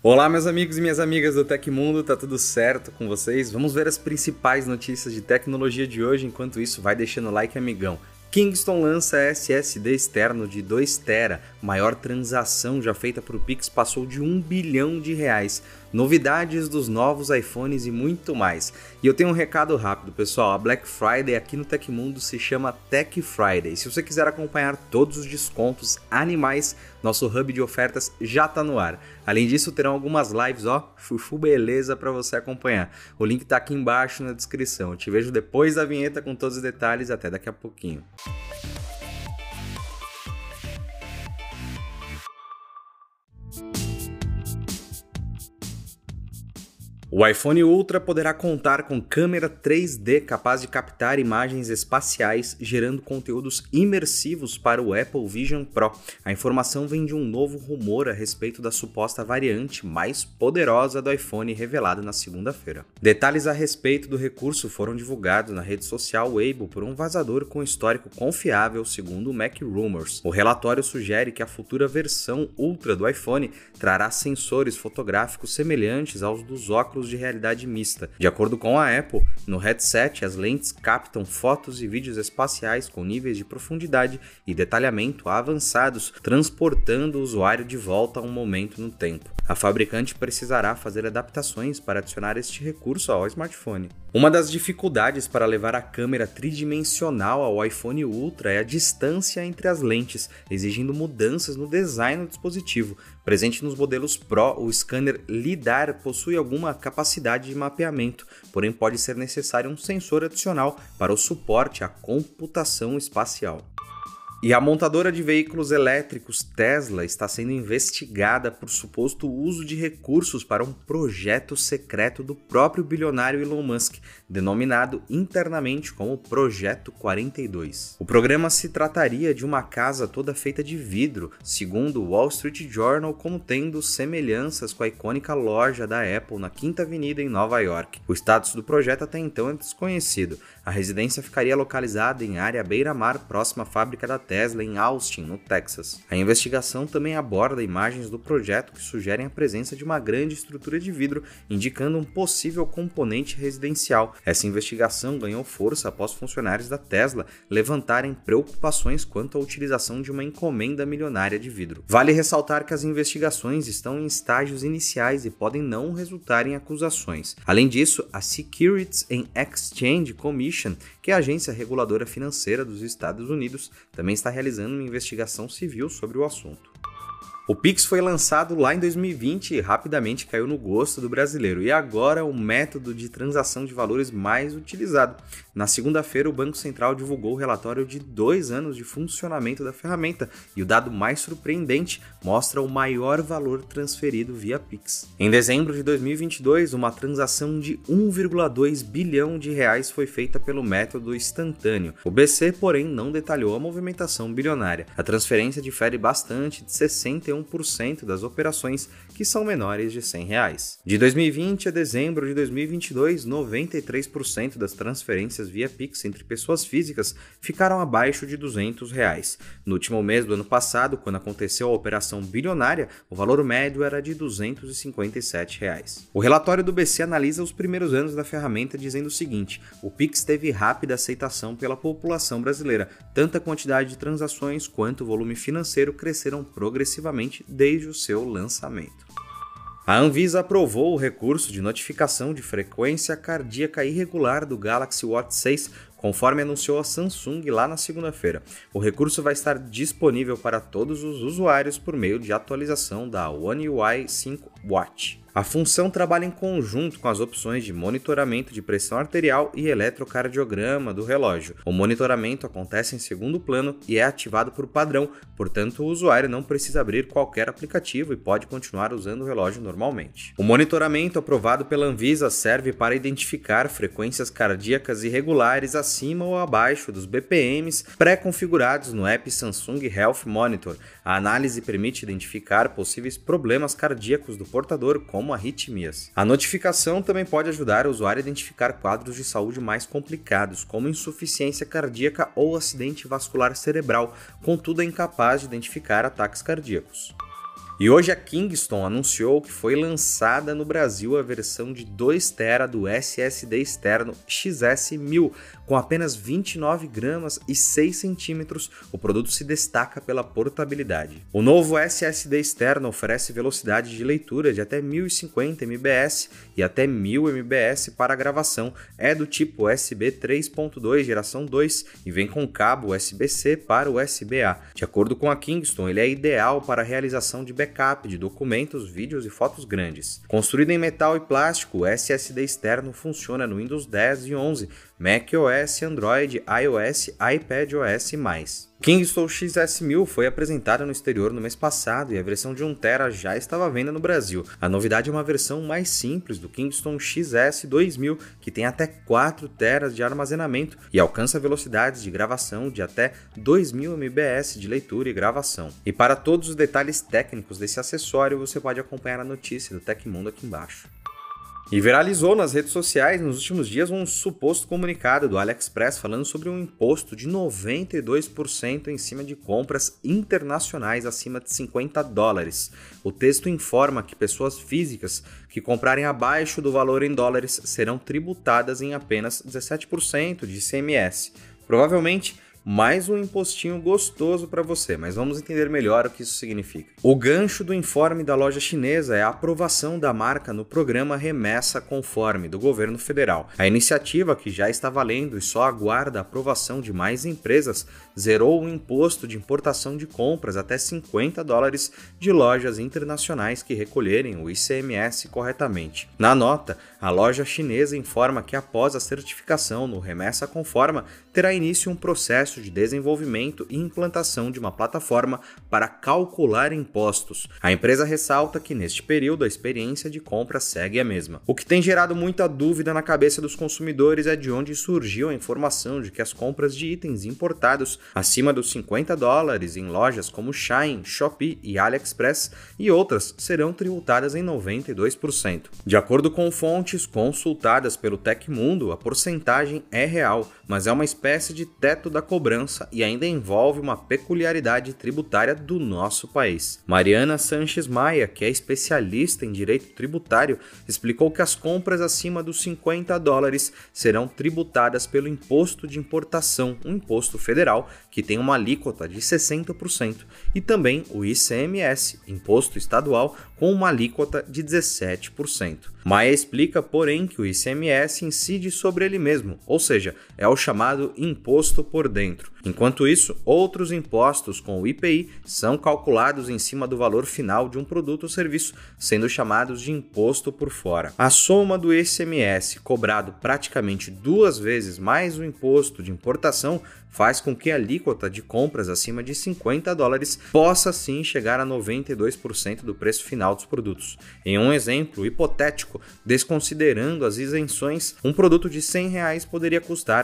Olá, meus amigos e minhas amigas do Tecmundo, tá tudo certo com vocês? Vamos ver as principais notícias de tecnologia de hoje. Enquanto isso, vai deixando o like, amigão. Kingston lança SSD externo de 2 TB, maior transação já feita por Pix passou de R$1 bilhão. Novidades dos novos iPhones e muito mais. E eu tenho um recado rápido, pessoal. A Black Friday aqui no Tecmundo se chama Tech Friday. Se você quiser acompanhar todos os descontos animais, nosso hub de ofertas já está no ar. Além disso, terão algumas lives, fufu beleza para você acompanhar. O link está aqui embaixo na descrição. Eu te vejo depois da vinheta com todos os detalhes. Até daqui a pouquinho. O iPhone Ultra poderá contar com câmera 3D capaz de captar imagens espaciais, gerando conteúdos imersivos para o Apple Vision Pro. A informação vem de um novo rumor a respeito da suposta variante mais poderosa do iPhone revelada na segunda-feira. Detalhes a respeito do recurso foram divulgados na rede social Weibo por um vazador com histórico confiável, segundo o Mac Rumors. O relatório sugere que a futura versão Ultra do iPhone trará sensores fotográficos semelhantes aos dos óculos de realidade mista. De acordo com a Apple, no headset as lentes captam fotos e vídeos espaciais com níveis de profundidade e detalhamento avançados, transportando o usuário de volta a um momento no tempo. A fabricante precisará fazer adaptações para adicionar este recurso ao smartphone. Uma das dificuldades para levar a câmera tridimensional ao iPhone Ultra é a distância entre as lentes, exigindo mudanças no design do dispositivo. Presente nos modelos Pro, o scanner LiDAR possui alguma capacidade de mapeamento, porém pode ser necessário um sensor adicional para o suporte à computação espacial. E a montadora de veículos elétricos Tesla está sendo investigada por suposto uso de recursos para um projeto secreto do próprio bilionário Elon Musk, denominado internamente como Projeto 42. O programa se trataria de uma casa toda feita de vidro, segundo o Wall Street Journal, como tendo semelhanças com a icônica loja da Apple na Quinta Avenida em Nova York. O status do projeto até então é desconhecido. A residência ficaria localizada em área beira-mar próxima à fábrica da Tesla em Austin, no Texas. A investigação também aborda imagens do projeto que sugerem a presença de uma grande estrutura de vidro, indicando um possível componente residencial. Essa investigação ganhou força após funcionários da Tesla levantarem preocupações quanto à utilização de uma encomenda milionária de vidro. Vale ressaltar que as investigações estão em estágios iniciais e podem não resultar em acusações. Além disso, a Securities and Exchange Commission, que é a agência reguladora financeira dos Estados Unidos, também está realizando uma investigação civil sobre o assunto. O Pix foi lançado lá em 2020 e rapidamente caiu no gosto do brasileiro, e agora é o método de transação de valores mais utilizado. Na segunda-feira, o Banco Central divulgou o relatório de 2 anos de funcionamento da ferramenta, e o dado mais surpreendente mostra o maior valor transferido via Pix. Em dezembro de 2022, uma transação de R$1,2 bilhão foi feita pelo método instantâneo. O BC, porém, não detalhou a movimentação bilionária. A transferência difere bastante de 61% das operações que são menores de R$100. De 2020 a dezembro de 2022, 93% das transferências via Pix entre pessoas físicas ficaram abaixo de R$200. No último mês do ano passado, quando aconteceu a operação bilionária, o valor médio era de R$257. O relatório do BC analisa os primeiros anos da ferramenta dizendo o seguinte: o Pix teve rápida aceitação pela população brasileira, tanto a quantidade de transações quanto o volume financeiro cresceram progressivamente desde o seu lançamento. A Anvisa aprovou o recurso de notificação de frequência cardíaca irregular do Galaxy Watch 6, conforme anunciou a Samsung lá na segunda-feira. O recurso vai estar disponível para todos os usuários por meio de atualização da One UI 5 Watch. A função trabalha em conjunto com as opções de monitoramento de pressão arterial e eletrocardiograma do relógio. O monitoramento acontece em segundo plano e é ativado por padrão, portanto o usuário não precisa abrir qualquer aplicativo e pode continuar usando o relógio normalmente. O monitoramento aprovado pela Anvisa serve para identificar frequências cardíacas irregulares acima ou abaixo dos BPMs pré-configurados no app Samsung Health Monitor. A análise permite identificar possíveis problemas cardíacos do portador, como arritmias. A notificação também pode ajudar o usuário a identificar quadros de saúde mais complicados, como insuficiência cardíaca ou acidente vascular cerebral, contudo é incapaz de identificar ataques cardíacos. E hoje a Kingston anunciou que foi lançada no Brasil a versão de 2TB do SSD externo XS1000, com apenas 29 gramas e 6 centímetros, o produto se destaca pela portabilidade. O novo SSD externo oferece velocidade de leitura de até 1050 MBS e até 1000 MBS para gravação, é do tipo USB 3.2 geração 2 e vem com cabo USB-C para USB-A. De acordo com a Kingston, ele é ideal para a realização de backup de documentos, vídeos e fotos grandes. Construído em metal e plástico, o SSD externo funciona no Windows 10 e 11, macOS, Android, iOS, iPadOS e mais. Kingston XS1000 foi apresentada no exterior no mês passado e a versão de 1TB já estava à venda no Brasil. A novidade é uma versão mais simples do Kingston XS2000, que tem até 4TB de armazenamento e alcança velocidades de gravação de até 2000 MBS de leitura e gravação. E para todos os detalhes técnicos desse acessório, você pode acompanhar a notícia do Tecmundo aqui embaixo. E viralizou nas redes sociais nos últimos dias um suposto comunicado do AliExpress falando sobre um imposto de 92% em cima de compras internacionais acima de $50. O texto informa que pessoas físicas que comprarem abaixo do valor em dólares serão tributadas em apenas 17% de ICMS. Provavelmente mais um impostinho gostoso para você, mas vamos entender melhor o que isso significa. O gancho do informe da loja chinesa é a aprovação da marca no programa Remessa Conforme do governo federal. A iniciativa, que já está valendo e só aguarda a aprovação de mais empresas, zerou o imposto de importação de compras até $50 de lojas internacionais que recolherem o ICMS corretamente. Na nota, a loja chinesa informa que após a certificação no Remessa Conforme, terá início um processo de desenvolvimento e implantação de uma plataforma para calcular impostos. A empresa ressalta que neste período a experiência de compra segue a mesma. O que tem gerado muita dúvida na cabeça dos consumidores é de onde surgiu a informação de que as compras de itens importados acima dos $50 em lojas como Shein, Shopee e AliExpress e outras serão tributadas em 92%. De acordo com fontes consultadas pelo Tecmundo, a porcentagem é real, mas é uma espécie de teto da cobrança e ainda envolve uma peculiaridade tributária do nosso país. Mariana Sanches Maia, que é especialista em direito tributário, explicou que as compras acima dos $50 serão tributadas pelo imposto de importação, um imposto federal que tem uma alíquota de 60%, e também o ICMS, imposto estadual, com uma alíquota de 17%. Maia explica, porém, que o ICMS incide sobre ele mesmo, ou seja, é o chamado imposto por dentro. Enquanto isso, outros impostos com o IPI são calculados em cima do valor final de um produto ou serviço, sendo chamados de imposto por fora. A soma do ICMS, cobrado praticamente 2 vezes mais o imposto de importação, faz com que a alíquota de compras acima de $50 possa sim chegar a 92% do preço final dos produtos. Em um exemplo hipotético, desconsiderando as isenções, um produto de R$100 poderia custar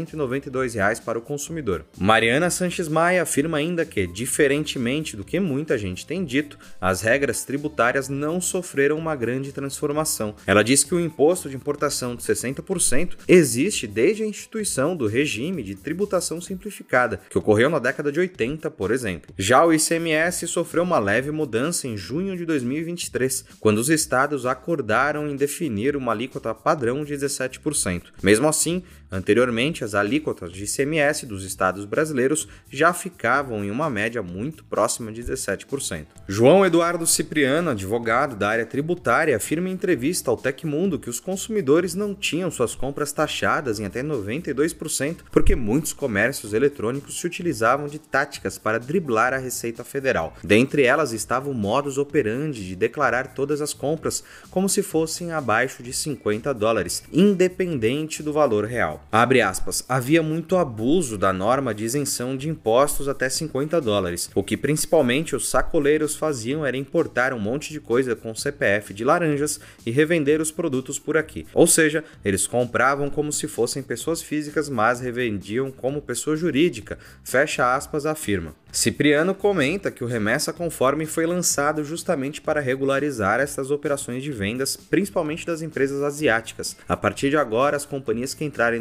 R$192 para o consumidor. Mariana Sanches Maia afirma ainda que, diferentemente do que muita gente tem dito, as regras tributárias não sofreram uma grande transformação. Ela diz que o imposto de importação de 60% existe desde a instituição do regime de tributação simplificada, que ocorreu na década de 80, por exemplo. Já o ICMS sofreu uma leve mudança em junho de 2023, quando os estados acordaram em definir uma alíquota padrão de 17%. Mesmo assim, anteriormente, as alíquotas de ICMS dos estados brasileiros já ficavam em uma média muito próxima de 17%. João Eduardo Cipriano, advogado da área tributária, afirma em entrevista ao Tecmundo que os consumidores não tinham suas compras taxadas em até 92%, porque muitos comércios eletrônicos se utilizavam de táticas para driblar a Receita Federal. Dentre elas estava o modus operandi de declarar todas as compras como se fossem abaixo de $50, independente do valor real. Abre aspas, havia muito abuso da norma de isenção de impostos até $50. O que principalmente os sacoleiros faziam era importar um monte de coisa com CPF de laranjas e revender os produtos por aqui. Ou seja, eles compravam como se fossem pessoas físicas, mas revendiam como pessoa jurídica, fecha aspas, afirma. Cipriano comenta que o Remessa Conforme foi lançado justamente para regularizar essas operações de vendas, principalmente das empresas asiáticas. A partir de agora, as companhias que entrarem no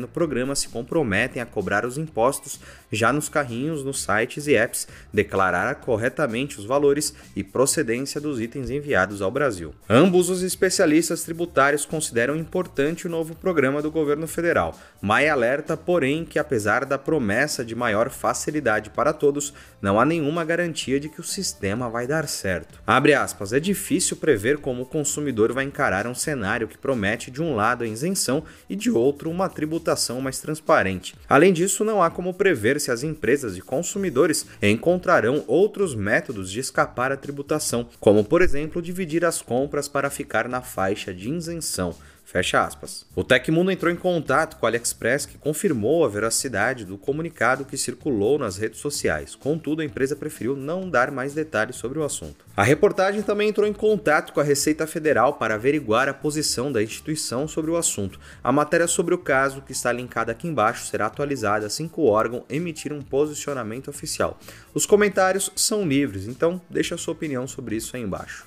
programa se comprometem a cobrar os impostos já nos carrinhos, nos sites e apps, declarar corretamente os valores e procedência dos itens enviados ao Brasil. Ambos os especialistas tributários consideram importante o novo programa do governo federal. Maia alerta, porém, que apesar da promessa de maior facilidade para todos, não há nenhuma garantia de que o sistema vai dar certo. Abre aspas, é difícil prever como o consumidor vai encarar um cenário que promete de um lado a isenção e de outro uma tributação mais transparente. Além disso, não há como prever se as empresas e consumidores encontrarão outros métodos de escapar à tributação, como por exemplo dividir as compras para ficar na faixa de isenção. Fecha aspas. O Tecmundo entrou em contato com a AliExpress, que confirmou a veracidade do comunicado que circulou nas redes sociais. Contudo, a empresa preferiu não dar mais detalhes sobre o assunto. A reportagem também entrou em contato com a Receita Federal para averiguar a posição da instituição sobre o assunto. A matéria sobre o caso, que está linkada aqui embaixo, será atualizada assim que o órgão emitir um posicionamento oficial. Os comentários são livres, então deixa a sua opinião sobre isso aí embaixo.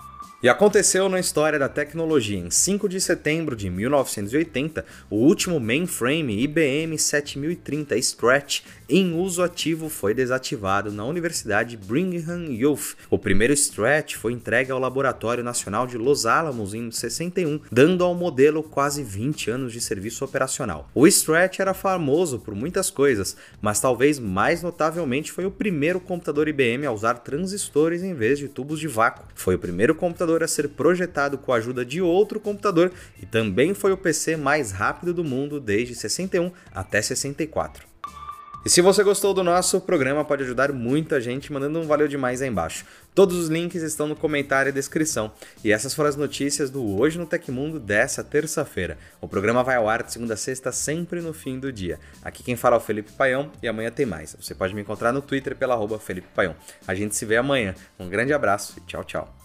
E aconteceu na história da tecnologia. Em 5 de setembro de 1980, o último mainframe IBM 7030 Scratch em uso ativo foi desativado na Universidade Brigham Young. O primeiro Scratch foi entregue ao Laboratório Nacional de Los Alamos em 61, dando ao modelo quase 20 anos de serviço operacional. O Scratch era famoso por muitas coisas, mas talvez mais notavelmente foi o primeiro computador IBM a usar transistores em vez de tubos de vácuo. Foi o primeiro computador a ser projetado com a ajuda de outro computador e também foi o PC mais rápido do mundo desde 61 até 64. E se você gostou do nosso programa, pode ajudar muita gente mandando um valeu demais aí embaixo. Todos os links estão no comentário e descrição. E essas foram as notícias do Hoje no Tecmundo dessa terça-feira. O programa vai ao ar de segunda a sexta, sempre no fim do dia. Aqui quem fala é o Felipe Paião e amanhã tem mais. Você pode me encontrar no Twitter pela @FelipePaião. A gente se vê amanhã. Um grande abraço e tchau, tchau.